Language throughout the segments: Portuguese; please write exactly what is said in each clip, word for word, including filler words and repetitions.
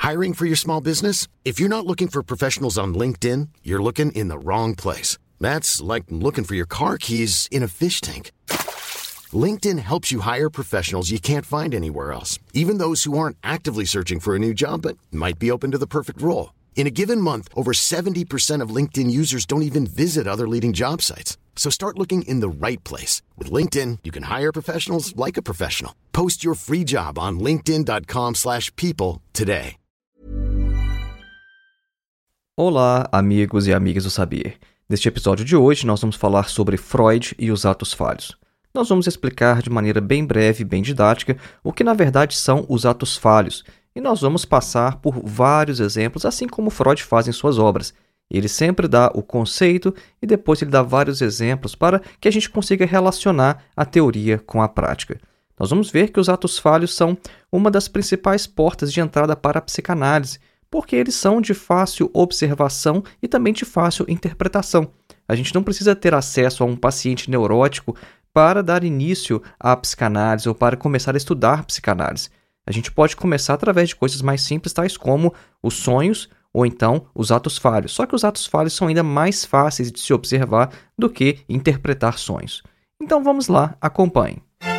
Hiring for your small business? If you're not looking for professionals on LinkedIn, you're looking in the wrong place. That's like looking for your car keys in a fish tank. LinkedIn helps you hire professionals you can't find anywhere else, even those who aren't actively searching for a new job but might be open to the perfect role. In a given month, over seventy percent of LinkedIn users don't even visit other leading job sites. So start looking in the right place. With LinkedIn, you can hire professionals like a professional. Post your free job on linkedin dot com slash people today. Olá, amigos e amigas do Saber. Neste episódio de hoje, nós vamos falar sobre Freud e os atos falhos. Nós vamos explicar de maneira bem breve e bem didática o que na verdade são os atos falhos, e nós vamos passar por vários exemplos, assim como Freud faz em suas obras. Ele sempre dá o conceito e depois ele dá vários exemplos para que a gente consiga relacionar a teoria com a prática. Nós vamos ver que os atos falhos são uma das principais portas de entrada para a psicanálise, porque eles são de fácil observação e também de fácil interpretação. A gente não precisa ter acesso a um paciente neurótico para dar início à psicanálise ou para começar a estudar psicanálise. A gente pode começar através de coisas mais simples, tais como os sonhos ou então os atos falhos. Só que os atos falhos são ainda mais fáceis de se observar do que interpretar sonhos. Então vamos lá, acompanhem.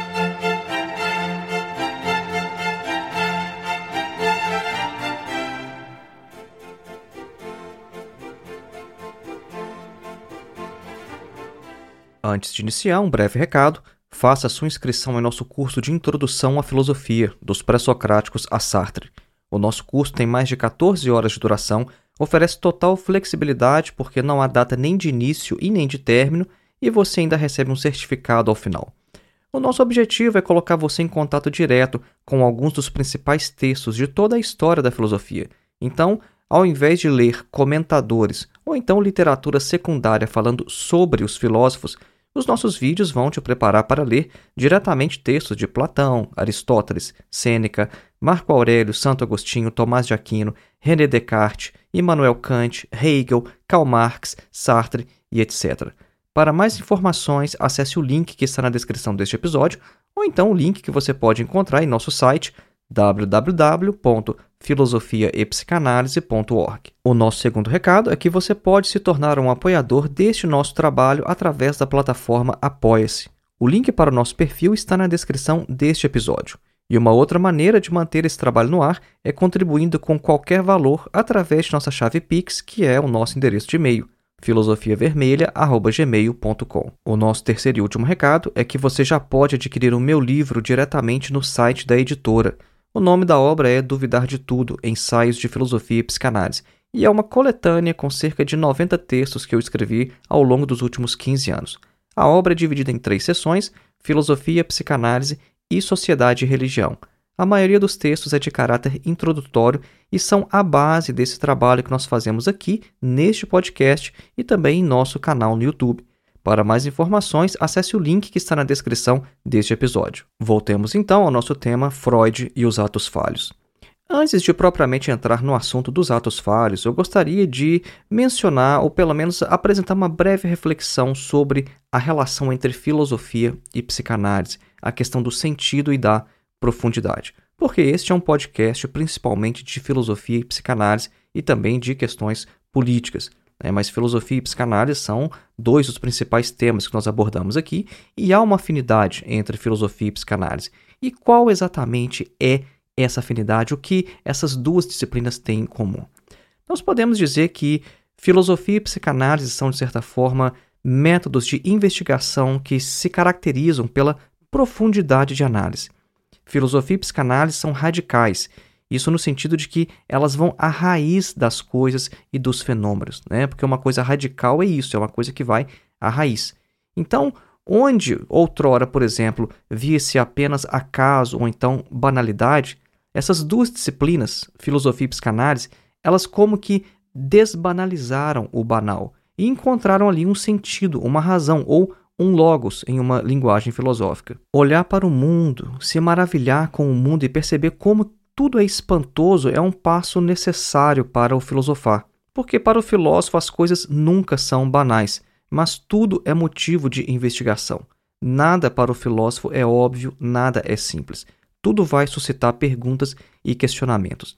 Antes de iniciar, um breve recado. Faça sua inscrição em nosso curso de Introdução à Filosofia, dos Pré-Socráticos a Sartre. O nosso curso tem mais de catorze horas de duração, oferece total flexibilidade porque não há data nem de início e nem de término e você ainda recebe um certificado ao final. O nosso objetivo é colocar você em contato direto com alguns dos principais textos de toda a história da filosofia. Então, ao invés de ler comentadores ou então literatura secundária falando sobre os filósofos, os nossos vídeos vão te preparar para ler diretamente textos de Platão, Aristóteles, Sêneca, Marco Aurélio, Santo Agostinho, Tomás de Aquino, René Descartes, Immanuel Kant, Hegel, Karl Marx, Sartre e etcétera. Para mais informações, acesse o link que está na descrição deste episódio ou então o link que você pode encontrar em nosso site w w w ponto filosofia e psicanálise ponto org. O nosso segundo recado é que você pode se tornar um apoiador deste nosso trabalho através da plataforma Apoia-se. O link para o nosso perfil está na descrição deste episódio. E uma outra maneira de manter esse trabalho no ar é contribuindo com qualquer valor através de nossa chave Pix, que é o nosso endereço de e-mail, filosofia vermelha arroba gmail ponto com. O nosso terceiro e último recado é que você já pode adquirir o meu livro diretamente no site da editora. O nome da obra é Duvidar de Tudo, Ensaios de Filosofia e Psicanálise, e é uma coletânea com cerca de noventa textos que eu escrevi ao longo dos últimos quinze anos. A obra é dividida em três seções: Filosofia, Psicanálise e Sociedade e Religião. A maioria dos textos é de caráter introdutório e são a base desse trabalho que nós fazemos aqui, neste podcast e também em nosso canal no YouTube. Para mais informações, acesse o link que está na descrição deste episódio. Voltemos então ao nosso tema Freud e os atos falhos. Antes de propriamente entrar no assunto dos atos falhos, eu gostaria de mencionar, ou pelo menos apresentar uma breve reflexão sobre a relação entre filosofia e psicanálise, a questão do sentido e da profundidade. Porque este é um podcast principalmente de filosofia e psicanálise e também de questões políticas. É, mas filosofia e psicanálise são dois dos principais temas que nós abordamos aqui e há uma afinidade entre filosofia e psicanálise. E qual exatamente é essa afinidade? O que essas duas disciplinas têm em comum? Nós podemos dizer que filosofia e psicanálise são, de certa forma, métodos de investigação que se caracterizam pela profundidade de análise. Filosofia e psicanálise são radicais. Isso no sentido de que elas vão à raiz das coisas e dos fenômenos, né? Porque uma coisa radical é isso, é uma coisa que vai à raiz. Então, onde outrora, por exemplo, via-se apenas acaso ou então banalidade, essas duas disciplinas, filosofia e psicanálise, elas como que desbanalizaram o banal e encontraram ali um sentido, uma razão ou um logos em uma linguagem filosófica. Olhar para o mundo, se maravilhar com o mundo e perceber como tudo é espantoso é um passo necessário para o filosofar, porque para o filósofo as coisas nunca são banais, mas tudo é motivo de investigação. Nada para o filósofo é óbvio, nada é simples. Tudo vai suscitar perguntas e questionamentos.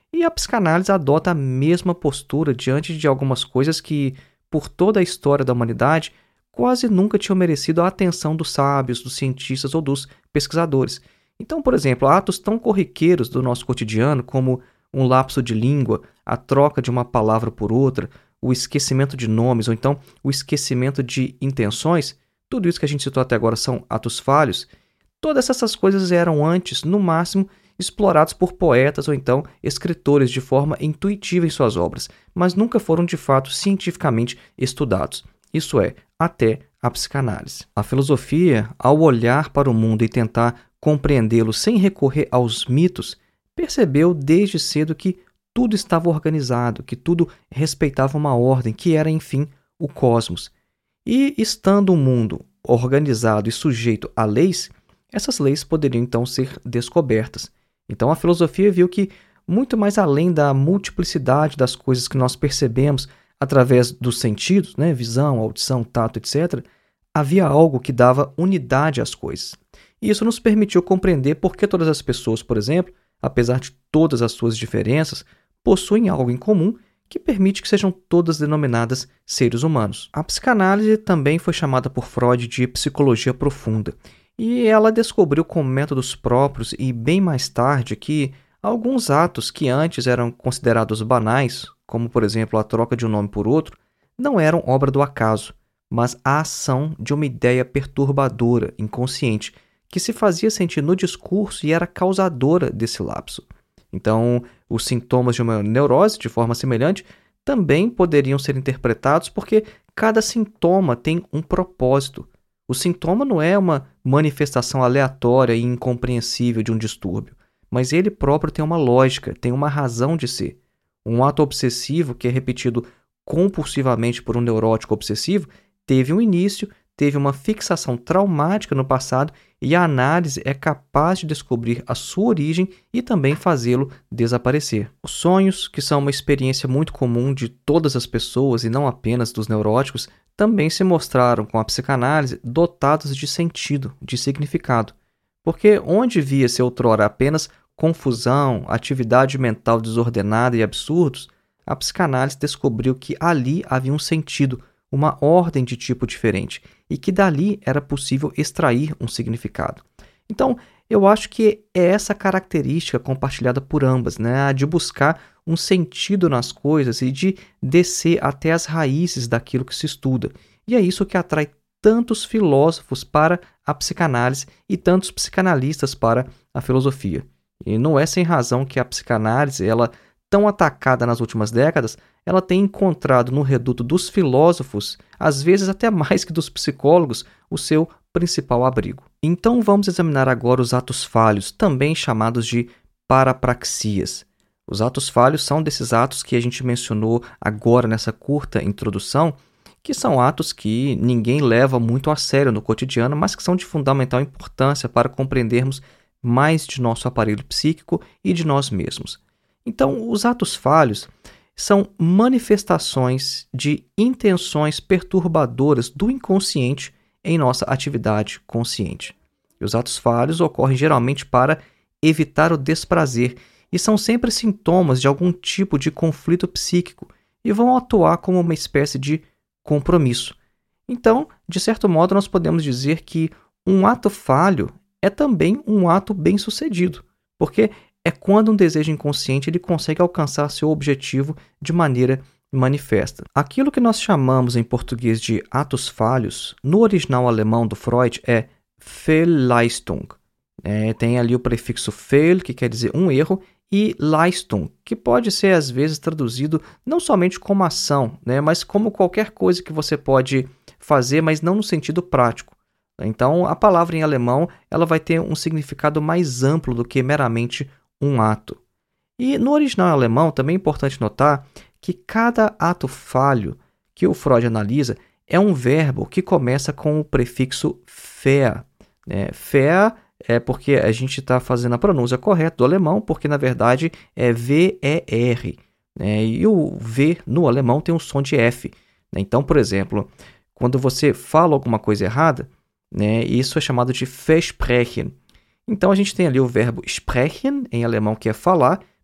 E a psicanálise adota a mesma postura diante de algumas coisas que, por toda a história da humanidade, quase nunca tinham merecido a atenção dos sábios, dos cientistas ou dos pesquisadores. Então, por exemplo, atos tão corriqueiros do nosso cotidiano como um lapso de língua, a troca de uma palavra por outra, o esquecimento de nomes ou então o esquecimento de intenções, tudo isso que a gente citou até agora são atos falhos. Todas essas coisas eram antes, no máximo, explorados por poetas ou então escritores de forma intuitiva em suas obras, mas nunca foram de fato cientificamente estudados. Isso é, até a psicanálise. A filosofia, ao olhar para o mundo e tentar compreendê-lo sem recorrer aos mitos, percebeu desde cedo que tudo estava organizado, que tudo respeitava uma ordem, que era, enfim, o cosmos. E, estando o mundo organizado e sujeito a leis, essas leis poderiam então ser descobertas. Então a filosofia viu que, muito mais além da multiplicidade das coisas que nós percebemos através dos sentidos, né, visão, audição, tato, etcétera, havia algo que dava unidade às coisas. E isso nos permitiu compreender por que todas as pessoas, por exemplo, apesar de todas as suas diferenças, possuem algo em comum que permite que sejam todas denominadas seres humanos. A psicanálise também foi chamada por Freud de psicologia profunda, e ela descobriu com métodos próprios e bem mais tarde que alguns atos que antes eram considerados banais, como por exemplo a troca de um nome por outro, não eram obra do acaso, mas a ação de uma ideia perturbadora, inconsciente, que se fazia sentir no discurso e era causadora desse lapso. Então, os sintomas de uma neurose, de forma semelhante, também poderiam ser interpretados porque cada sintoma tem um propósito. O sintoma não é uma manifestação aleatória e incompreensível de um distúrbio, mas ele próprio tem uma lógica, tem uma razão de ser. Um ato obsessivo que é repetido compulsivamente por um neurótico obsessivo teve um início, teve uma fixação traumática no passado e a análise é capaz de descobrir a sua origem e também fazê-lo desaparecer. Os sonhos, que são uma experiência muito comum de todas as pessoas e não apenas dos neuróticos, também se mostraram com a psicanálise dotados de sentido, de significado. Porque onde via-se outrora apenas confusão, atividade mental desordenada e absurdos, a psicanálise descobriu que ali havia um sentido, uma ordem de tipo diferente, e que dali era possível extrair um significado. Então, eu acho que é essa característica compartilhada por ambas, né? A de buscar um sentido nas coisas e de descer até as raízes daquilo que se estuda. E é isso que atrai tantos filósofos para a psicanálise e tantos psicanalistas para a filosofia. E não é sem razão que a psicanálise, ela tão atacada nas últimas décadas, ela tem encontrado no reduto dos filósofos, às vezes até mais que dos psicólogos, o seu principal abrigo. Então vamos examinar agora os atos falhos, também chamados de parapraxias. Os atos falhos são desses atos que a gente mencionou agora nessa curta introdução, que são atos que ninguém leva muito a sério no cotidiano, mas que são de fundamental importância para compreendermos mais de nosso aparelho psíquico e de nós mesmos. Então, os atos falhos são manifestações de intenções perturbadoras do inconsciente em nossa atividade consciente. E os atos falhos ocorrem geralmente para evitar o desprazer e são sempre sintomas de algum tipo de conflito psíquico e vão atuar como uma espécie de compromisso. Então, de certo modo, nós podemos dizer que um ato falho é também um ato bem-sucedido, porque é quando um desejo inconsciente ele consegue alcançar seu objetivo de maneira manifesta. Aquilo que nós chamamos em português de atos falhos, no original alemão do Freud é Fehlleistung. É, tem ali o prefixo Fehl, que quer dizer um erro, e Leistung, que pode ser às vezes traduzido não somente como ação, né, mas como qualquer coisa que você pode fazer, mas não no sentido prático. Então, a palavra em alemão ela vai ter um significado mais amplo do que meramente um ato. E no original alemão também é importante notar que cada ato falho que o Freud analisa é um verbo que começa com o prefixo ver. Né? Ver é porque a gente está fazendo a pronúncia correta do alemão, porque na verdade é V E R. Né? E o V no alemão tem um som de F. Né? Então, por exemplo, quando você fala alguma coisa errada, né, isso é chamado de versprechen. Então a gente tem ali o verbo sprechen, em alemão, que é falar,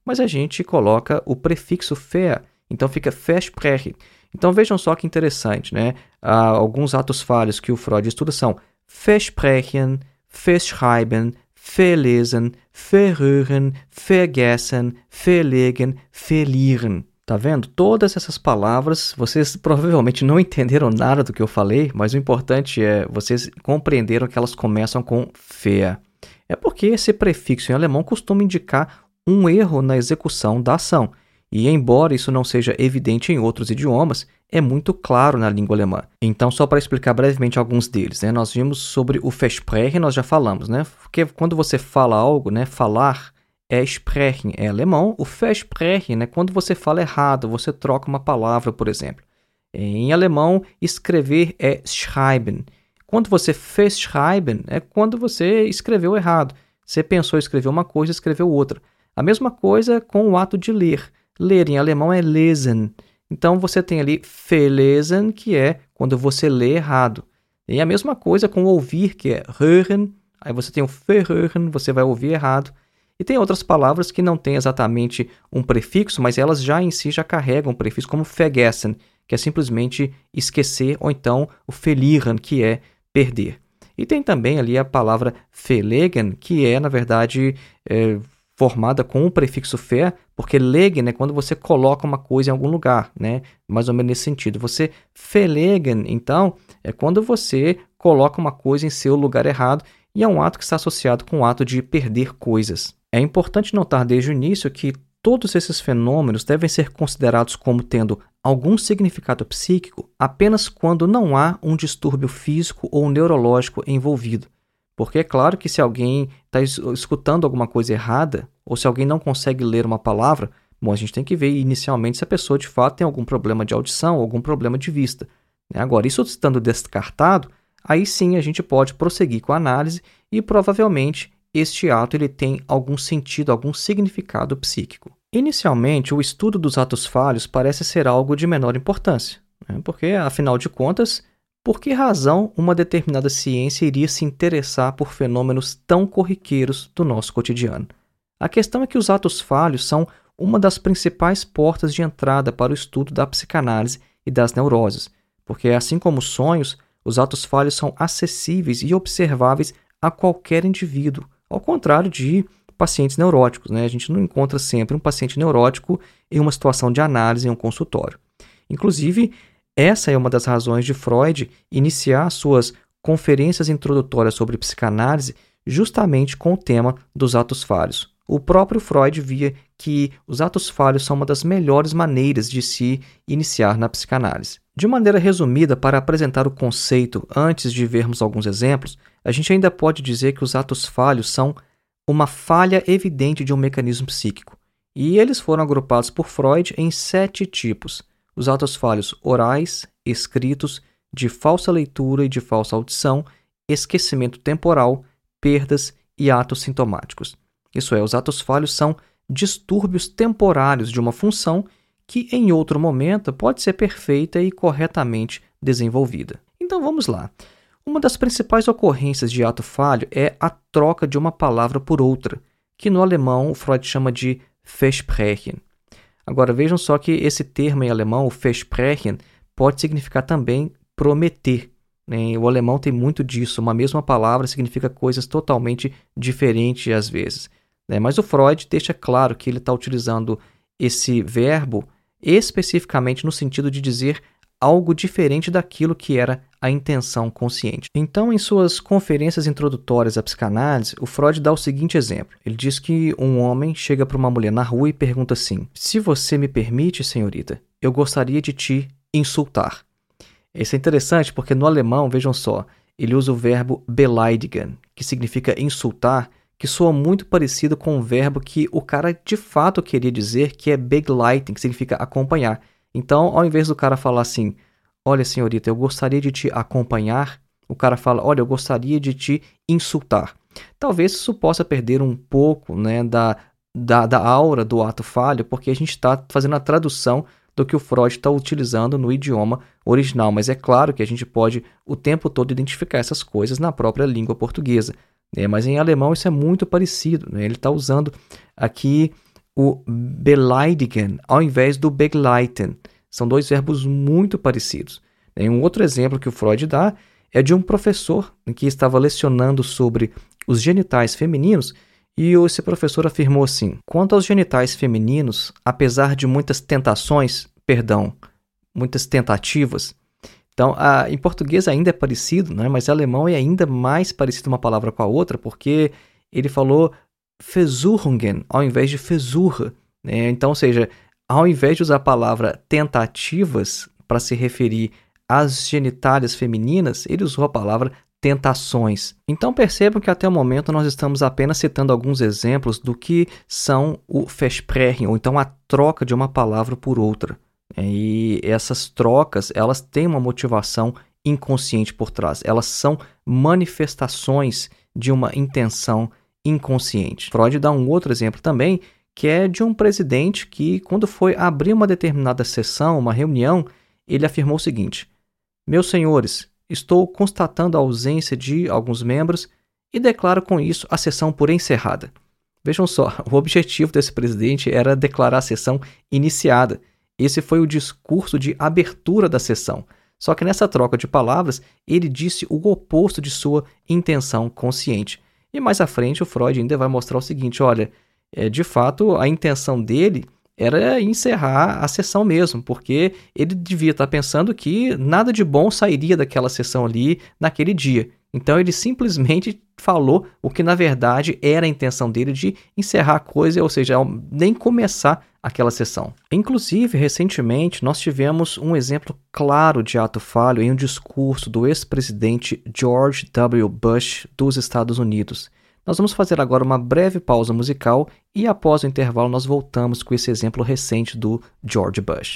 mas a gente coloca o prefixo ver, então fica versprechen. Então vejam só que interessante, né? Há alguns atos falhos que o Freud estuda são versprechen, verschreiben, verlesen, verhören, vergessen, verlegen, verlieren. Tá vendo? Todas essas palavras, vocês provavelmente não entenderam nada do que eu falei, mas o importante é vocês compreenderam que elas começam com ver. É porque esse prefixo em alemão costuma indicar um erro na execução da ação. E embora isso não seja evidente em outros idiomas, é muito claro na língua alemã. Então, só para explicar brevemente alguns deles, né? Nós vimos sobre o versprechen, nós já falamos, né? Porque quando você fala algo, né? Falar é sprechen, é alemão. O versprechen, né? Quando você fala errado, você troca uma palavra, por exemplo. Em alemão, escrever é schreiben. Quando você verschreiben, é quando você escreveu errado. Você pensou em escrever uma coisa e escreveu outra. A mesma coisa com o ato de ler. Ler em alemão é lesen. Então você tem ali verlesen, que é quando você lê errado. E a mesma coisa com ouvir, que é hören. Aí você tem o verhören, você vai ouvir errado. E tem outras palavras que não têm exatamente um prefixo, mas elas já em si já carregam um prefixo, como vergessen, que é simplesmente esquecer, ou então o verlieren, que é perder. E tem também ali a palavra verlegen, que é, na verdade, é, formada com o prefixo ver, porque legen é quando você coloca uma coisa em algum lugar, né? Mais ou menos nesse sentido. Você verlegen, então, é quando você coloca uma coisa em seu lugar errado e é um ato que está associado com o ato de perder coisas. É importante notar desde o início que todos esses fenômenos devem ser considerados como tendo algum significado psíquico apenas quando não há um distúrbio físico ou neurológico envolvido. Porque é claro que se alguém está escutando alguma coisa errada, ou se alguém não consegue ler uma palavra, bom, a gente tem que ver inicialmente se a pessoa de fato tem algum problema de audição ou algum problema de vista. Agora, isso estando descartado, aí sim a gente pode prosseguir com a análise e provavelmente este ato ele tem algum sentido, algum significado psíquico. Inicialmente, o estudo dos atos falhos parece ser algo de menor importância, né? Porque, afinal de contas, por que razão uma determinada ciência iria se interessar por fenômenos tão corriqueiros do nosso cotidiano? A questão é que os atos falhos são uma das principais portas de entrada para o estudo da psicanálise e das neuroses, porque, assim como os sonhos, os atos falhos são acessíveis e observáveis a qualquer indivíduo, ao contrário de pacientes neuróticos, né? A gente não encontra sempre um paciente neurótico em uma situação de análise em um consultório. Inclusive, essa é uma das razões de Freud iniciar suas conferências introdutórias sobre psicanálise justamente com o tema dos atos falhos. O próprio Freud via que os atos falhos são uma das melhores maneiras de se iniciar na psicanálise. De maneira resumida, para apresentar o conceito antes de vermos alguns exemplos, a gente ainda pode dizer que os atos falhos são uma falha evidente de um mecanismo psíquico. E eles foram agrupados por Freud em sete tipos. Os atos falhos orais, escritos, de falsa leitura e de falsa audição, esquecimento temporal, perdas e atos sintomáticos. Isso é, os atos falhos são distúrbios temporários de uma função que em outro momento pode ser perfeita e corretamente desenvolvida. Então vamos lá. Uma das principais ocorrências de ato falho é a troca de uma palavra por outra, que no alemão o Freud chama de versprechen. Agora vejam só que esse termo em alemão, o versprechen, pode significar também prometer. Né? O alemão tem muito disso, uma mesma palavra significa coisas totalmente diferentes às vezes. Né? Mas o Freud deixa claro que ele está utilizando esse verbo especificamente no sentido de dizer algo diferente daquilo que era a intenção consciente. Então, em suas conferências introdutórias à psicanálise, o Freud dá o seguinte exemplo. Ele diz que um homem chega para uma mulher na rua e pergunta assim: se você me permite, senhorita, eu gostaria de te insultar. Isso é interessante porque no alemão, vejam só, ele usa o verbo beleidigen, que significa insultar, que soa muito parecido com o verbo que o cara de fato queria dizer, que é begleiten, que significa acompanhar. Então, ao invés do cara falar assim, olha, senhorita, eu gostaria de te acompanhar, o cara fala, olha, eu gostaria de te insultar. Talvez isso possa perder um pouco, né, da, da, da aura do ato falho, porque a gente está fazendo a tradução do que o Freud está utilizando no idioma original. Mas é claro que a gente pode o tempo todo identificar essas coisas na própria língua portuguesa. Né? Mas em alemão isso é muito parecido. Né? Ele está usando aqui o beleidigen ao invés do begleiten. São dois verbos muito parecidos. E um outro exemplo que o Freud dá é de um professor que estava lecionando sobre os genitais femininos e esse professor afirmou assim: quanto aos genitais femininos, apesar de muitas tentações, perdão, muitas tentativas, então a, em português ainda é parecido, né, mas em alemão é ainda mais parecido uma palavra com a outra, porque ele falou Versuchungen ao invés de Versuche, né? Então, ou seja, ao invés de usar a palavra tentativas para se referir às genitálias femininas, ele usou a palavra tentações. Então percebam que até o momento nós estamos apenas citando alguns exemplos do que são o Versprechen, ou então a troca de uma palavra por outra. E essas trocas, elas têm uma motivação inconsciente por trás. Elas são manifestações de uma intenção inconsciente. Freud dá um outro exemplo também, que é de um presidente que, quando foi abrir uma determinada sessão, uma reunião, ele afirmou o seguinte: meus senhores, estou constatando a ausência de alguns membros e declaro com isso a sessão por encerrada. Vejam só, o objetivo desse presidente era declarar a sessão iniciada. Esse foi o discurso de abertura da sessão. Só que nessa troca de palavras, ele disse o oposto de sua intenção consciente. E mais à frente, o Freud ainda vai mostrar o seguinte: olha, é, de fato, a intenção dele era encerrar a sessão mesmo, porque ele devia estar pensando que nada de bom sairia daquela sessão ali naquele dia. Então ele simplesmente falou o que na verdade era a intenção dele de encerrar a coisa, ou seja, nem começar aquela sessão. Inclusive, recentemente, nós tivemos um exemplo claro de ato falho em um discurso do ex-presidente George W. Bush dos Estados Unidos. Nós vamos fazer agora uma breve pausa musical e após o intervalo nós voltamos com esse exemplo recente do George Bush.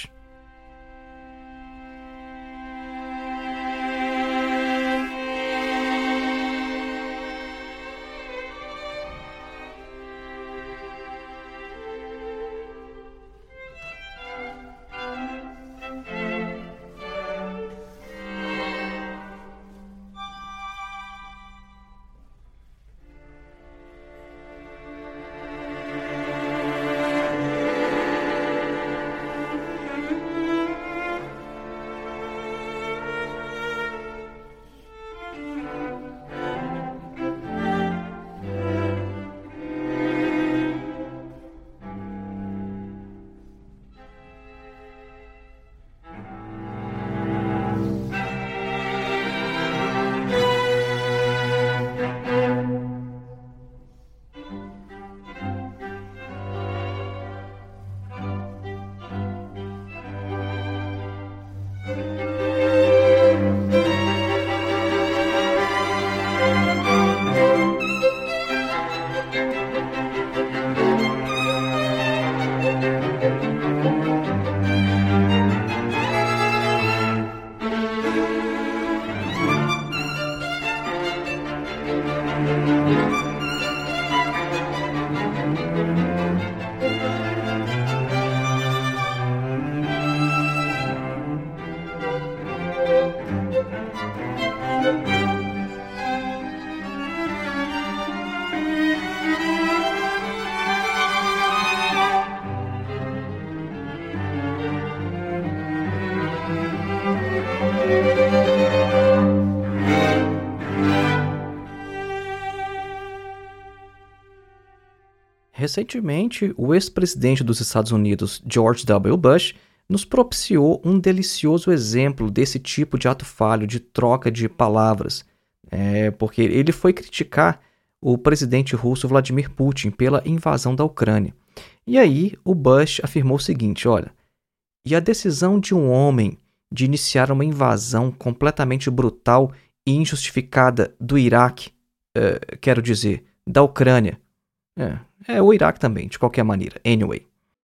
Recentemente, o ex-presidente dos Estados Unidos, George W. Bush, nos propiciou um delicioso exemplo desse tipo de ato falho, de troca de palavras, é, porque ele foi criticar o presidente russo Vladimir Putin pela invasão da Ucrânia. E aí o Bush afirmou o seguinte: olha, e a decisão de um homem de iniciar uma invasão completamente brutal e injustificada do Iraque, é, quero dizer, da Ucrânia, é, é o Iraque também, de qualquer maneira, anyway.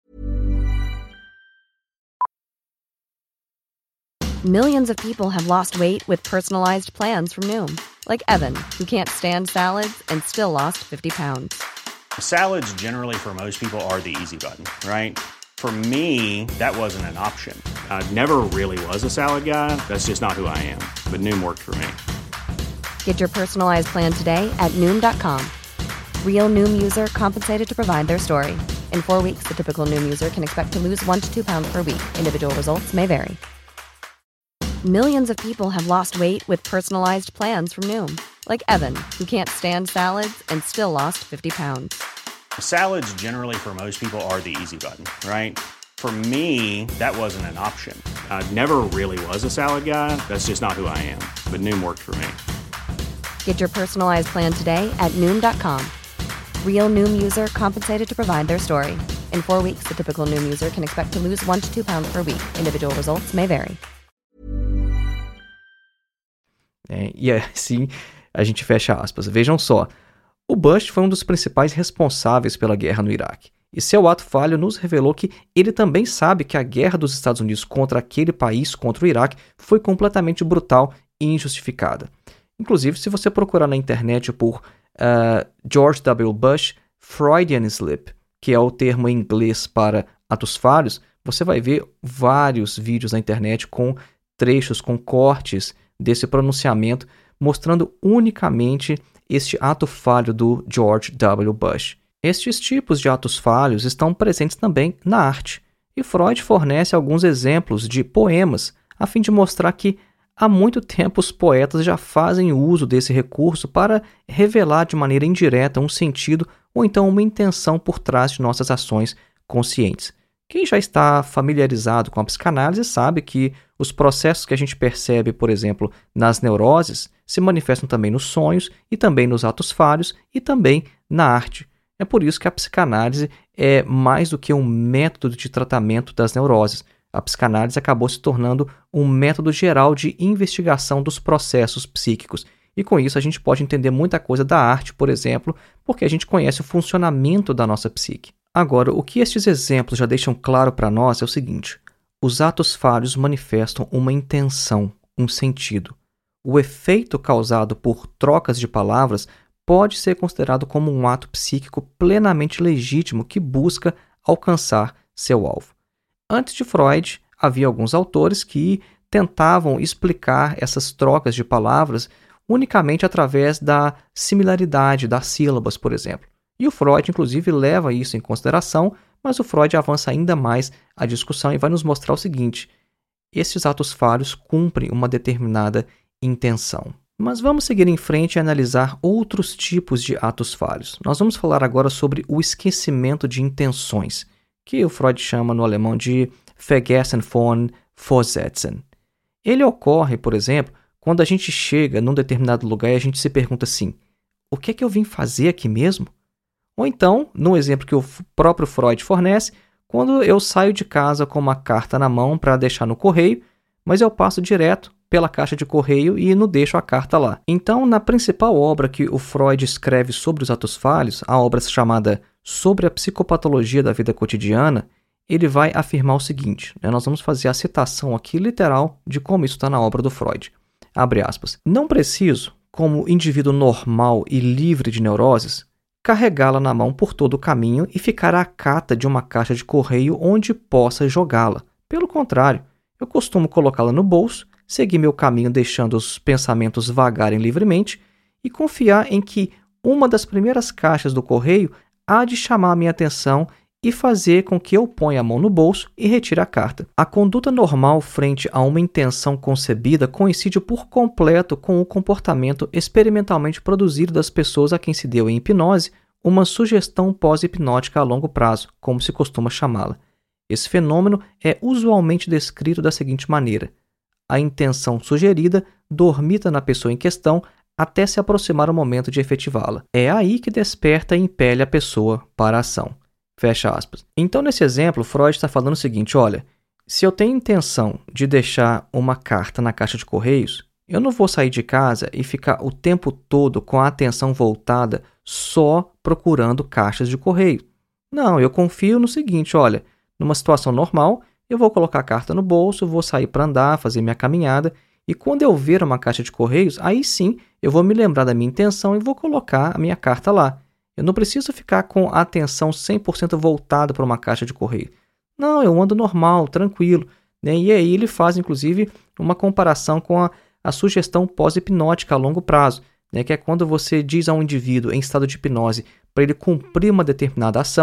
Millions of people have lost weight with personalized plans from Noom. Like Evan, who can't stand salads and still lost fifty pounds. Salads generally for most people are the easy button, right? For me, that wasn't an option. I never really was a salad guy. That's just not who I am. But Noom worked for me. Get your personalized plan today at Noom dot com. Real Noom user compensated to provide their story. In four weeks, the typical Noom user can expect to lose one to two pounds per week. Individual results may vary. Millions of people have lost weight with personalized plans from Noom. Like Evan, who can't stand salads and still lost fifty pounds. Salads generally for most people are the easy button, right? For me, that wasn't an option. I never really was a salad guy. That's just not who I am. But Noom worked for me. Get your personalized plan today at Noom dot com. Real Noom user compensated to provide their story. In four weeks, the typical Noom user can expect to lose one to two pounds per week. Individual results may vary. É, e assim a gente fecha aspas. Vejam só, o Bush foi um dos principais responsáveis pela guerra no Iraque. E seu ato falho nos revelou que ele também sabe que a guerra dos Estados Unidos contra aquele país, contra o Iraque, foi completamente brutal e injustificada. Inclusive, se você procurar na internet por uh, George W. Bush Freudian Slip, que é o termo em inglês para atos falhos, você vai ver vários vídeos na internet com trechos, com cortes desse pronunciamento, mostrando unicamente este ato falho do George W. Bush. Estes tipos de atos falhos estão presentes também na arte, e Freud fornece alguns exemplos de poemas a fim de mostrar que há muito tempo os poetas já fazem uso desse recurso para revelar de maneira indireta um sentido ou então uma intenção por trás de nossas ações conscientes. Quem já está familiarizado com a psicanálise sabe que os processos que a gente percebe, por exemplo, nas neuroses, se manifestam também nos sonhos e também nos atos falhos e também na arte. É por isso que a psicanálise é mais do que um método de tratamento das neuroses. A psicanálise acabou se tornando um método geral de investigação dos processos psíquicos. E com isso a gente pode entender muita coisa da arte, por exemplo, porque a gente conhece o funcionamento da nossa psique. Agora, o que estes exemplos já deixam claro para nós é o seguinte: os atos falhos manifestam uma intenção, um sentido. O efeito causado por trocas de palavras pode ser considerado como um ato psíquico plenamente legítimo que busca alcançar seu alvo. Antes de Freud, havia alguns autores que tentavam explicar essas trocas de palavras unicamente através da similaridade das sílabas, por exemplo. E o Freud, inclusive, leva isso em consideração, mas o Freud avança ainda mais a discussão e vai nos mostrar o seguinte: esses atos falhos cumprem uma determinada intenção. Mas vamos seguir em frente e analisar outros tipos de atos falhos. Nós vamos falar agora sobre o esquecimento de intenções, que o Freud chama no alemão de Vergessen von Vorsätzen. Ele ocorre, por exemplo, quando a gente chega num determinado lugar e a gente se pergunta assim: o que é que eu vim fazer aqui mesmo? Ou então, no exemplo que o próprio Freud fornece, quando eu saio de casa com uma carta na mão para deixar no correio, mas eu passo direto pela caixa de correio e não deixo a carta lá. Então, na principal obra que o Freud escreve sobre os atos falhos, a obra chamada Sobre a Psicopatologia da Vida Cotidiana, ele vai afirmar o seguinte, né? Nós vamos fazer a citação aqui literal de como isso está na obra do Freud. Abre aspas. Não preciso, como indivíduo normal e livre de neuroses, carregá-la na mão por todo o caminho e ficar à cata de uma caixa de correio onde possa jogá-la. Pelo contrário, eu costumo colocá-la no bolso, seguir meu caminho deixando os pensamentos vagarem livremente e confiar em que uma das primeiras caixas do correio há de chamar a minha atenção e fazer com que eu ponha a mão no bolso e retire a carta. A conduta normal frente a uma intenção concebida coincide por completo com o comportamento experimentalmente produzido das pessoas a quem se deu em hipnose uma sugestão pós-hipnótica a longo prazo, como se costuma chamá-la. Esse fenômeno é usualmente descrito da seguinte maneira: a intenção sugerida dormita na pessoa em questão até se aproximar o momento de efetivá-la. É aí que desperta e impele a pessoa para a ação. Fecha aspas. Então, nesse exemplo, Freud está falando o seguinte: olha, se eu tenho intenção de deixar uma carta na caixa de correios, eu não vou sair de casa e ficar o tempo todo com a atenção voltada só procurando caixas de correio. Não, eu confio no seguinte: olha, numa situação normal, eu vou colocar a carta no bolso, vou sair para andar, fazer minha caminhada, e quando eu ver uma caixa de correios, aí sim eu vou me lembrar da minha intenção e vou colocar a minha carta lá. Eu não preciso ficar com a atenção cem por cento voltada para uma caixa de correio. Não, eu ando normal, tranquilo. Né? E aí ele faz, inclusive, uma comparação com a, a sugestão pós-hipnótica a longo prazo, né? Que é quando você diz a um indivíduo em estado de hipnose para ele cumprir uma determinada ação,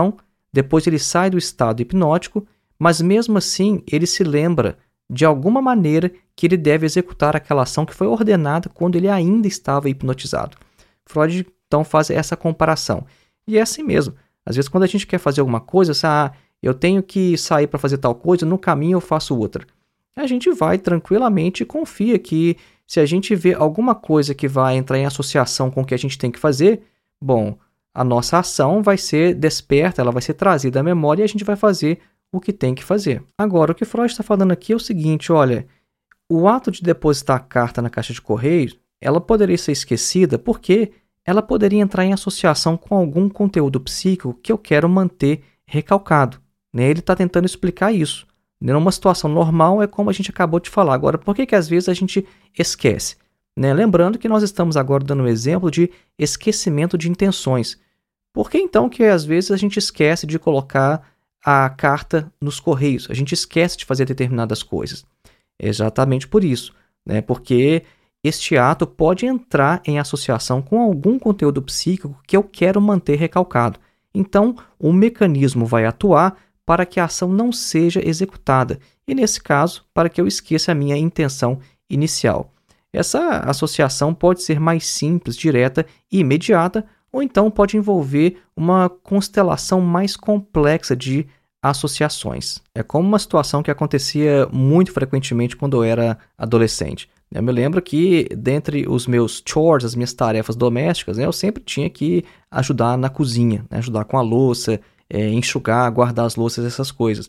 depois ele sai do estado hipnótico, mas mesmo assim ele se lembra de alguma maneira que ele deve executar aquela ação que foi ordenada quando ele ainda estava hipnotizado. Freud então faz essa comparação. E é assim mesmo. Às vezes quando a gente quer fazer alguma coisa, ah, eu tenho que sair para fazer tal coisa, no caminho eu faço outra. A gente vai tranquilamente e confia que se a gente vê alguma coisa que vai entrar em associação com o que a gente tem que fazer, bom, a nossa ação vai ser desperta, ela vai ser trazida à memória e a gente vai fazer o que tem que fazer. Agora, o que Freud está falando aqui é o seguinte, olha, o ato de depositar a carta na caixa de correio, ela poderia ser esquecida porque ela poderia entrar em associação com algum conteúdo psíquico que eu quero manter recalcado. Né? Ele está tentando explicar isso. Numa situação normal é como a gente acabou de falar. Agora, por que que às vezes a gente esquece? Né? Lembrando que nós estamos agora dando um exemplo de esquecimento de intenções. Por que então que às vezes a gente esquece de colocar a carta nos correios? A gente esquece de fazer determinadas coisas. É exatamente por isso. Né? Porque este ato pode entrar em associação com algum conteúdo psíquico que eu quero manter recalcado. Então, o mecanismo vai atuar para que a ação não seja executada, e nesse caso, para que eu esqueça a minha intenção inicial. Essa associação pode ser mais simples, direta e imediata, ou então pode envolver uma constelação mais complexa de associações. É como uma situação que acontecia muito frequentemente quando eu era adolescente. Eu me lembro que, dentre os meus chores, as minhas tarefas domésticas, eu sempre tinha que ajudar na cozinha, né? Ajudar com a louça, É, enxugar, guardar as louças, essas coisas.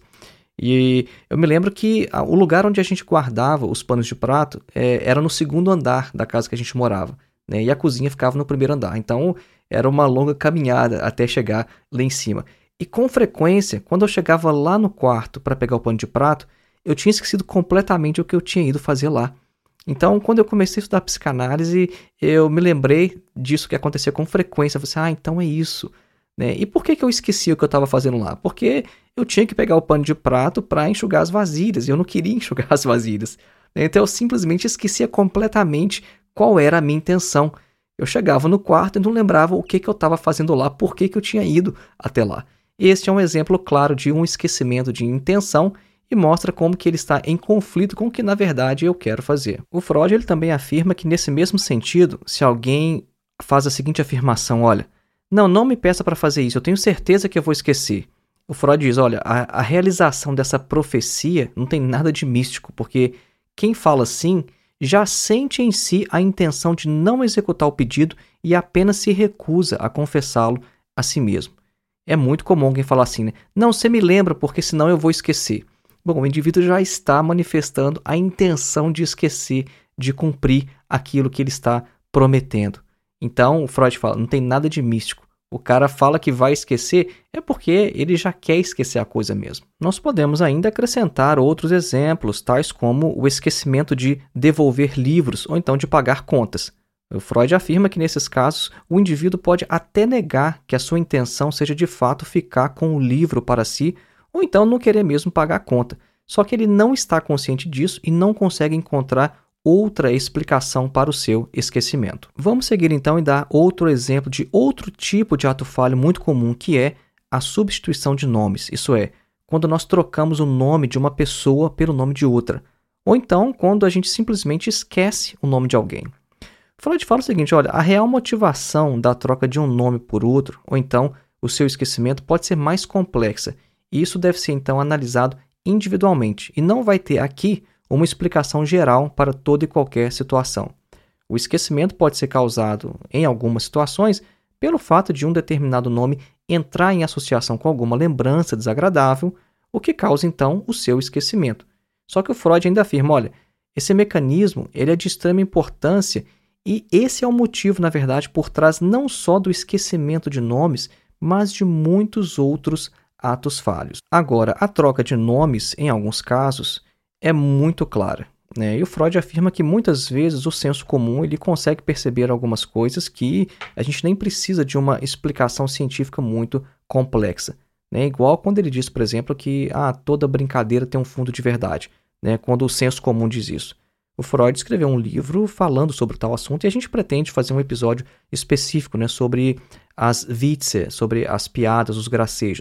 E eu me lembro que a, o lugar onde a gente guardava os panos de prato é, era no segundo andar da casa que a gente morava, né? E a cozinha ficava no primeiro andar. Então, era uma longa caminhada até chegar lá em cima. E com frequência, quando eu chegava lá no quarto para pegar o pano de prato, eu tinha esquecido completamente o que eu tinha ido fazer lá. Então, quando eu comecei a estudar psicanálise, eu me lembrei disso que acontecia com frequência. Eu falei assim, ah, então é isso. Né? E por que que eu esqueci o que eu estava fazendo lá? Porque eu tinha que pegar o pano de prato para enxugar as vasilhas, e eu não queria enxugar as vasilhas. Né? Então eu simplesmente esquecia completamente qual era a minha intenção. Eu chegava no quarto e não lembrava o que que eu estava fazendo lá, por que que eu tinha ido até lá. Este é um exemplo claro de um esquecimento de intenção e mostra como que ele está em conflito com o que na verdade eu quero fazer. O Freud ele também afirma que nesse mesmo sentido, se alguém faz a seguinte afirmação, olha, Não, não me peça para fazer isso, eu tenho certeza que eu vou esquecer. O Freud diz, olha, a, a realização dessa profecia não tem nada de místico, porque quem fala assim já sente em si a intenção de não executar o pedido e apenas se recusa a confessá-lo a si mesmo. É muito comum alguém falar assim, né? Não, você me lembra, porque senão eu vou esquecer. Bom, o indivíduo já está manifestando a intenção de esquecer, de cumprir aquilo que ele está prometendo. Então, o Freud fala, não tem nada de místico. O cara fala que vai esquecer, é porque ele já quer esquecer a coisa mesmo. Nós podemos ainda acrescentar outros exemplos, tais como o esquecimento de devolver livros ou então de pagar contas. O Freud afirma que nesses casos, o indivíduo pode até negar que a sua intenção seja de fato ficar com o livro para si, ou então não querer mesmo pagar a conta. Só que ele não está consciente disso e não consegue encontrar outra explicação para o seu esquecimento. Vamos seguir então e dar outro exemplo de outro tipo de ato falho muito comum, que é a substituição de nomes. Isso é, quando nós trocamos o nome de uma pessoa pelo nome de outra. Ou então, quando a gente simplesmente esquece o nome de alguém. Freud fala o seguinte, olha, a real motivação da troca de um nome por outro, ou então o seu esquecimento, pode ser mais complexa. E isso deve ser então analisado individualmente. E não vai ter aqui uma explicação geral para toda e qualquer situação. O esquecimento pode ser causado, em algumas situações, pelo fato de um determinado nome entrar em associação com alguma lembrança desagradável, o que causa, então, o seu esquecimento. Só que o Freud ainda afirma, olha, esse mecanismo ele é de extrema importância e esse é o motivo, na verdade, por trás não só do esquecimento de nomes, mas de muitos outros atos falhos. Agora, a troca de nomes, em alguns casos, é muito clara, né? E o Freud afirma que muitas vezes o senso comum ele consegue perceber algumas coisas que a gente nem precisa de uma explicação científica muito complexa, né? Igual quando ele diz, por exemplo, que ah, toda brincadeira tem um fundo de verdade, né? Quando o senso comum diz isso. O Freud escreveu um livro falando sobre tal assunto e a gente pretende fazer um episódio específico, né, sobre as Witze, sobre as piadas, os gracejos.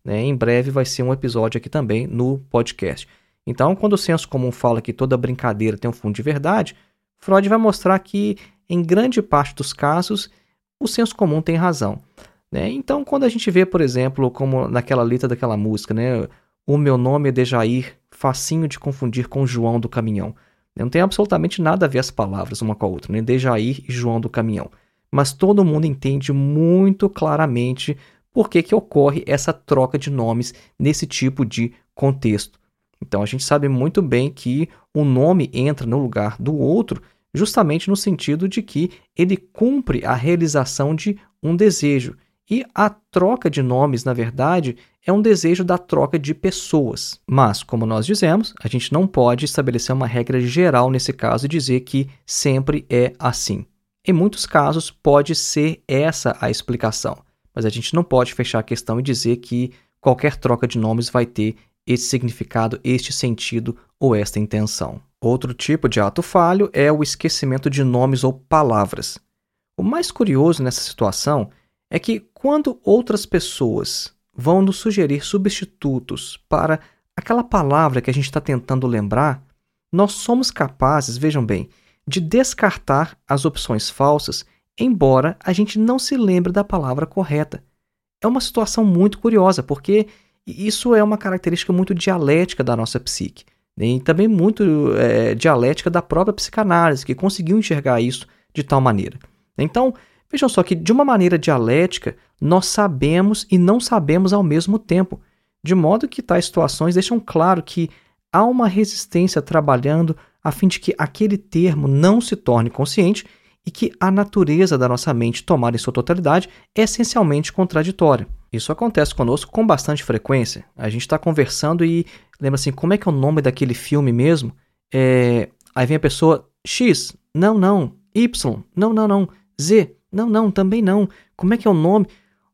né? Em breve vai ser um episódio aqui também no podcast. Então, quando o senso comum fala que toda brincadeira tem um fundo de verdade, Freud vai mostrar que, em grande parte dos casos, o senso comum tem razão, né? Então, quando a gente vê, por exemplo, como naquela letra daquela música, né? O meu nome é Dejair, facinho de confundir com João do Caminhão. Não tem absolutamente nada a ver as palavras uma com a outra, né? Dejair e João do Caminhão. Mas todo mundo entende muito claramente por que que ocorre essa troca de nomes nesse tipo de contexto. Então a gente sabe muito bem que um nome entra no lugar do outro justamente no sentido de que ele cumpre a realização de um desejo. E a troca de nomes, na verdade, é um desejo da troca de pessoas. Mas, como nós dizemos, a gente não pode estabelecer uma regra geral nesse caso e dizer que sempre é assim. Em muitos casos, pode ser essa a explicação, mas a gente não pode fechar a questão e dizer que qualquer troca de nomes vai ter esse significado, este sentido ou esta intenção. Outro tipo de ato falho é o esquecimento de nomes ou palavras. O mais curioso nessa situação é que quando outras pessoas vão nos sugerir substitutos para aquela palavra que a gente está tentando lembrar, nós somos capazes, vejam bem, de descartar as opções falsas, embora a gente não se lembre da palavra correta. É uma situação muito curiosa, porque isso é uma característica muito dialética da nossa psique, né? E também muito é, dialética da própria psicanálise, que conseguiu enxergar isso de tal maneira. Então, vejam só que, de uma maneira dialética, nós sabemos e não sabemos ao mesmo tempo, de modo que tais situações deixam claro que há uma resistência trabalhando a fim de que aquele termo não se torne consciente e que a natureza da nossa mente tomada em sua totalidade é essencialmente contraditória. Isso acontece conosco com bastante frequência. A gente está conversando e lembra assim, como é que é o nome daquele filme mesmo? É... Aí vem a pessoa, X, não, não, Y, não, não, não, Z, não, não, também não. Como é que é o nome?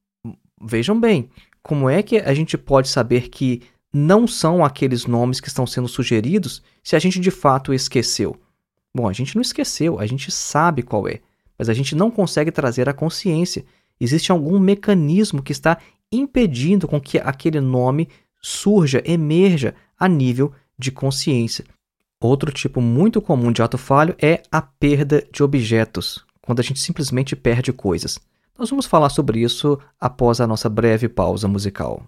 Vejam bem, como é que a gente pode saber que não são aqueles nomes que estão sendo sugeridos se a gente de fato esqueceu? Bom, a gente não esqueceu, a gente sabe qual é, mas a gente não consegue trazer a consciência. Existe algum mecanismo que está impedindo com que aquele nome surja, emerja a nível de consciência. Outro tipo muito comum de ato falho é a perda de objetos, quando a gente simplesmente perde coisas. Nós vamos falar sobre isso após a nossa breve pausa musical.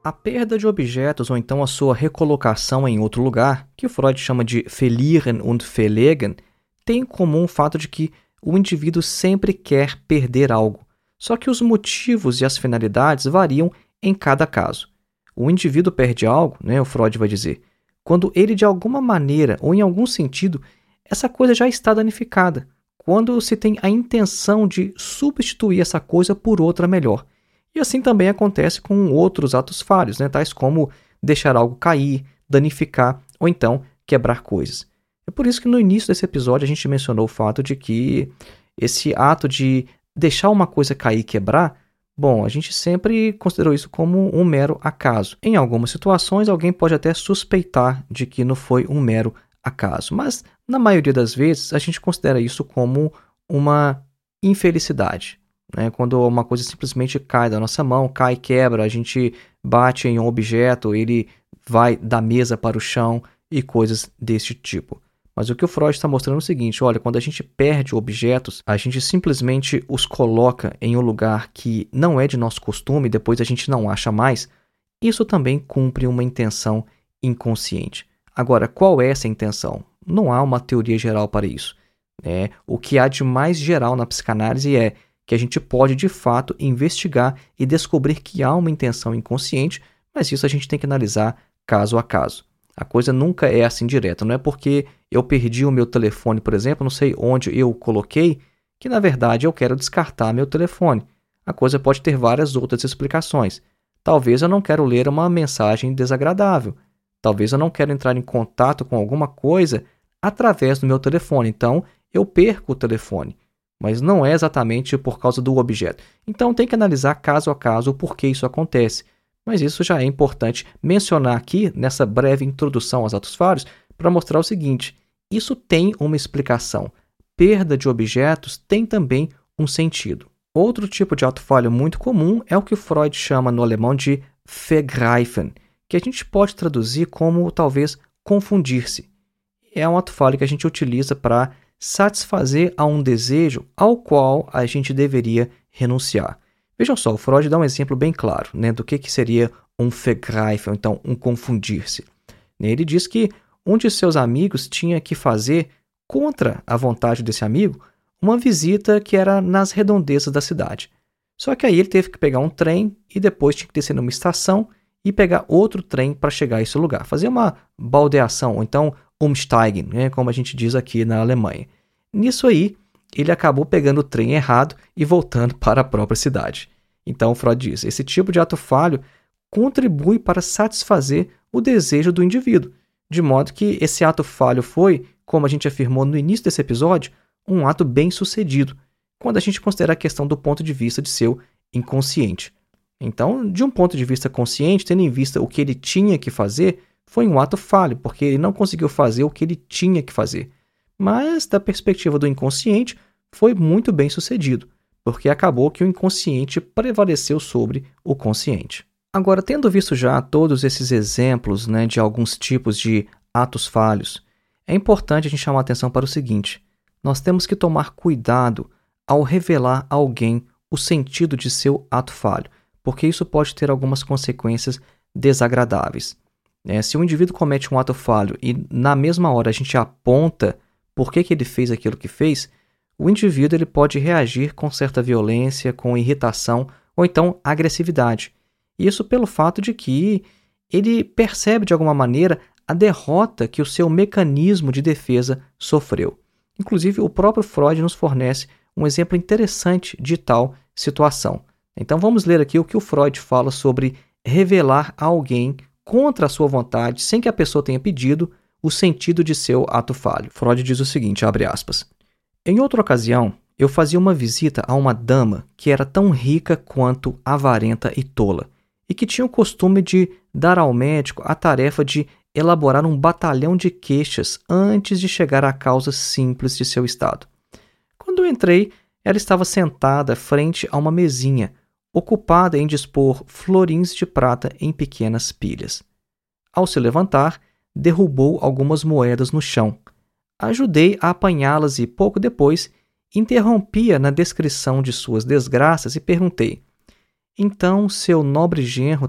A perda de objetos ou então a sua recolocação em outro lugar, que Freud chama de verlieren und verlegen, tem em comum o fato de que o indivíduo sempre quer perder algo, só que os motivos e as finalidades variam em cada caso. O indivíduo perde algo, né, o Freud vai dizer, quando ele de alguma maneira ou em algum sentido, essa coisa já está danificada, quando se tem a intenção de substituir essa coisa por outra melhor. E assim também acontece com outros atos falhos, né, tais como deixar algo cair, danificar ou então quebrar coisas. É por isso que no início desse episódio a gente mencionou o fato de que esse ato de deixar uma coisa cair e quebrar, bom, a gente sempre considerou isso como um mero acaso. Em algumas situações, alguém pode até suspeitar de que não foi um mero acaso, mas na maioria das vezes a gente considera isso como uma infelicidade. Né? Quando uma coisa simplesmente cai da nossa mão, cai e quebra, a gente bate em um objeto, ele vai da mesa para o chão e coisas desse tipo. Mas o que o Freud está mostrando é o seguinte, olha, quando a gente perde objetos, a gente simplesmente os coloca em um lugar que não é de nosso costume, depois a gente não acha mais, isso também cumpre uma intenção inconsciente. Agora, qual é essa intenção? Não há uma teoria geral para isso. Né? O que há de mais geral na psicanálise é que a gente pode, de fato, investigar e descobrir que há uma intenção inconsciente, mas isso a gente tem que analisar caso a caso. A coisa nunca é assim direta. Não é porque eu perdi o meu telefone, por exemplo, não sei onde eu o coloquei, que na verdade eu quero descartar meu telefone. A coisa pode ter várias outras explicações. Talvez eu não quero ler uma mensagem desagradável. Talvez eu não quero entrar em contato com alguma coisa através do meu telefone. Então, eu perco o telefone. Mas não é exatamente por causa do objeto. Então tem que analisar caso a caso o porquê isso acontece. Mas isso já é importante mencionar aqui, nessa breve introdução aos atos falhos, para mostrar o seguinte, isso tem uma explicação. Perda de objetos tem também um sentido. Outro tipo de ato falho muito comum é o que Freud chama no alemão de vergreifen, que a gente pode traduzir como, talvez, confundir-se. É um ato falho que a gente utiliza para satisfazer a um desejo ao qual a gente deveria renunciar. Vejam só, o Freud dá um exemplo bem claro, né, do que, que seria um vergreifen, ou então um confundir-se. Ele diz que um de seus amigos tinha que fazer, contra a vontade desse amigo, uma visita que era nas redondezas da cidade. Só que aí ele teve que pegar um trem e depois tinha que descer numa estação e pegar outro trem para chegar a esse lugar. Fazer uma baldeação, ou então umsteigen, né, como a gente diz aqui na Alemanha. Nisso aí, ele acabou pegando o trem errado e voltando para a própria cidade. Então, Freud diz, esse tipo de ato falho contribui para satisfazer o desejo do indivíduo, de modo que esse ato falho foi, como a gente afirmou no início desse episódio, um ato bem sucedido, quando a gente considera a questão do ponto de vista de seu inconsciente. Então, de um ponto de vista consciente, tendo em vista o que ele tinha que fazer, foi um ato falho, porque ele não conseguiu fazer o que ele tinha que fazer. Mas, da perspectiva do inconsciente, foi muito bem sucedido, porque acabou que o inconsciente prevaleceu sobre o consciente. Agora, tendo visto já todos esses exemplos, né, de alguns tipos de atos falhos, é importante a gente chamar a atenção para o seguinte: nós temos que tomar cuidado ao revelar a alguém o sentido de seu ato falho, porque isso pode ter algumas consequências desagradáveis. É, se um indivíduo comete um ato falho e na mesma hora a gente aponta por que, que ele fez aquilo que fez, o indivíduo ele pode reagir com certa violência, com irritação ou então agressividade. Isso pelo fato de que ele percebe de alguma maneira a derrota que o seu mecanismo de defesa sofreu. Inclusive, o próprio Freud nos fornece um exemplo interessante de tal situação. Então vamos ler aqui o que o Freud fala sobre revelar a alguém contra a sua vontade, sem que a pessoa tenha pedido, o sentido de seu ato falho. Freud diz o seguinte, abre aspas, em outra ocasião, eu fazia uma visita a uma dama que era tão rica quanto avarenta e tola, e que tinha o costume de dar ao médico a tarefa de elaborar um batalhão de queixas antes de chegar à causa simples de seu estado. Quando eu entrei, ela estava sentada frente a uma mesinha, ocupada em dispor florins de prata em pequenas pilhas. Ao se levantar, derrubou algumas moedas no chão. Ajudei a apanhá-las e, pouco depois, interrompia na descrição de suas desgraças e perguntei: então, seu nobre genro tem lhe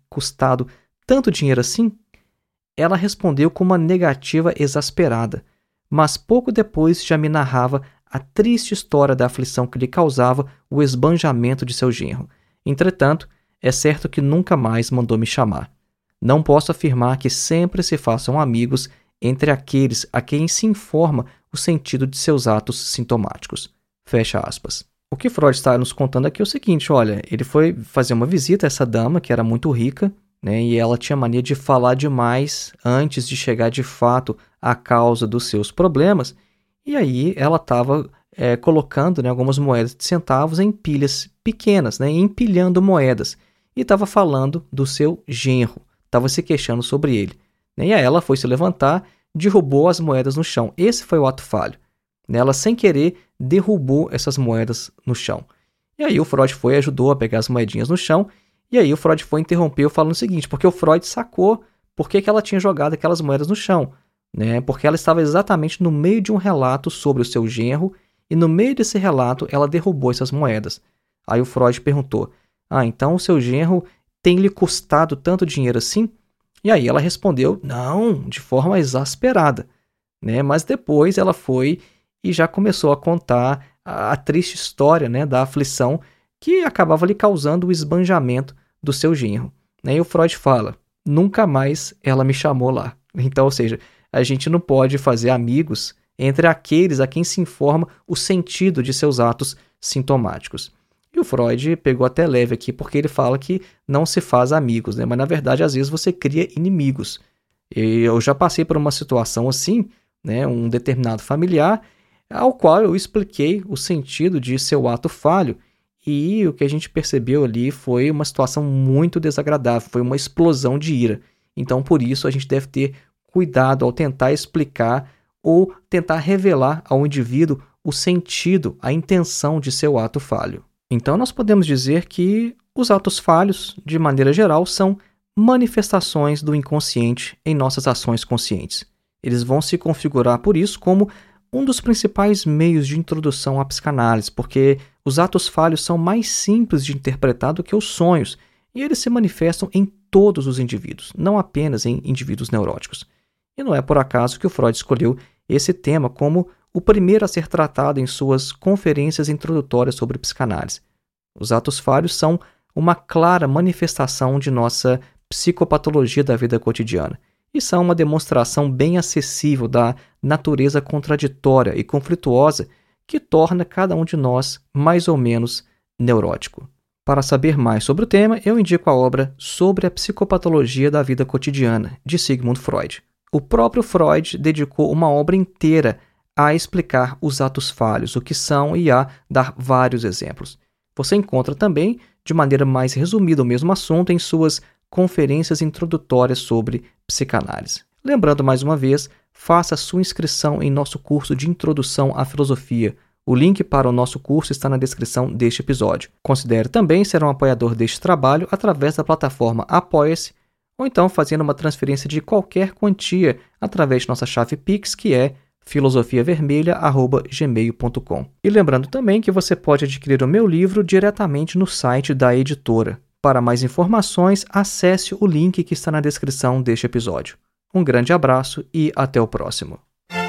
custado tanto dinheiro assim? Ela respondeu com uma negativa exasperada, mas pouco depois já me narrava a triste história da aflição que lhe causava o esbanjamento de seu genro. Entretanto, é certo que nunca mais mandou me chamar. Não posso afirmar que sempre se façam amigos entre aqueles a quem se informa o sentido de seus atos sintomáticos. Fecha aspas. O que Freud está nos contando aqui é o seguinte, olha, ele foi fazer uma visita a essa dama que era muito rica, né, e ela tinha mania de falar demais antes de chegar de fato à causa dos seus problemas, e aí ela estava é, colocando, né, algumas moedas de centavos em pilhas pequenas, né, empilhando moedas, e estava falando do seu genro, estava se queixando sobre ele. Né, e aí ela foi se levantar, derrubou as moedas no chão. Esse foi o ato falho. Né, ela, sem querer, derrubou essas moedas no chão. E aí o Freud foi e ajudou a pegar as moedinhas no chão, e aí o Freud foi e interrompeu falando o seguinte, porque o Freud sacou por que, que ela tinha jogado aquelas moedas no chão. Né, porque ela estava exatamente no meio de um relato sobre o seu genro, e no meio desse relato ela derrubou essas moedas. Aí o Freud perguntou, ah, então o seu genro tem lhe custado tanto dinheiro assim? E aí ela respondeu, não, de forma exasperada. Né, mas depois ela foi e já começou a contar a, a triste história, né, da aflição que acabava lhe causando o esbanjamento do seu genro. Né, e o Freud fala, nunca mais ela me chamou lá. Então, ou seja, a gente não pode fazer amigos entre aqueles a quem se informa o sentido de seus atos sintomáticos. E o Freud pegou até leve aqui, porque ele fala que não se faz amigos, né? Mas na verdade, às vezes você cria inimigos. E eu já passei por uma situação assim, né? Um determinado familiar, ao qual eu expliquei o sentido de seu ato falho, e o que a gente percebeu ali foi uma situação muito desagradável, foi uma explosão de ira. Então, por isso, a gente deve ter cuidado ao tentar explicar ou tentar revelar ao indivíduo o sentido, a intenção de seu ato falho. Então, nós podemos dizer que os atos falhos, de maneira geral, são manifestações do inconsciente em nossas ações conscientes. Eles vão se configurar, por isso, como um dos principais meios de introdução à psicanálise, porque os atos falhos são mais simples de interpretar do que os sonhos, e eles se manifestam em todos os indivíduos, não apenas em indivíduos neuróticos. E não é por acaso que o Freud escolheu esse tema como o primeiro a ser tratado em suas conferências introdutórias sobre psicanálise. Os atos falhos são uma clara manifestação de nossa psicopatologia da vida cotidiana e são uma demonstração bem acessível da natureza contraditória e conflituosa que torna cada um de nós mais ou menos neurótico. Para saber mais sobre o tema, eu indico a obra Sobre a Psicopatologia da Vida Cotidiana, de Sigmund Freud. O próprio Freud dedicou uma obra inteira a explicar os atos falhos, o que são, e a dar vários exemplos. Você encontra também, de maneira mais resumida, o mesmo assunto em suas conferências introdutórias sobre psicanálise. Lembrando mais uma vez, faça sua inscrição em nosso curso de Introdução à Filosofia. O link para o nosso curso está na descrição deste episódio. Considere também ser um apoiador deste trabalho através da plataforma Apoia-se, ou então fazendo uma transferência de qualquer quantia através de nossa chave Pix, que é filosofia vermelha arroba gmail ponto com. E lembrando também que você pode adquirir o meu livro diretamente no site da editora. Para mais informações, acesse o link que está na descrição deste episódio. Um grande abraço e até o próximo.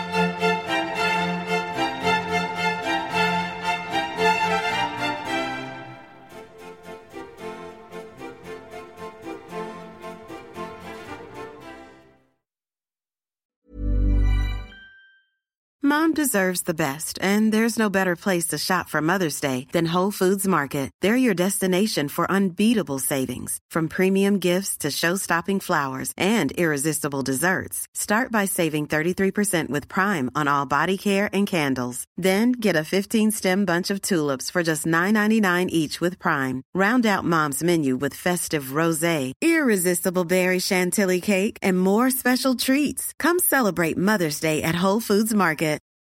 Mom deserves the best, and there's no better place to shop for Mother's Day than Whole Foods Market. They're your destination for unbeatable savings, from premium gifts to show-stopping flowers and irresistible desserts. Start by saving thirty-three percent with Prime on all body care and candles. Then get a fifteen-stem bunch of tulips for just nine ninety-nine each with Prime. Round out Mom's menu with festive rosé, irresistible berry chantilly cake, and more special treats. Come celebrate Mother's Day at Whole Foods Market.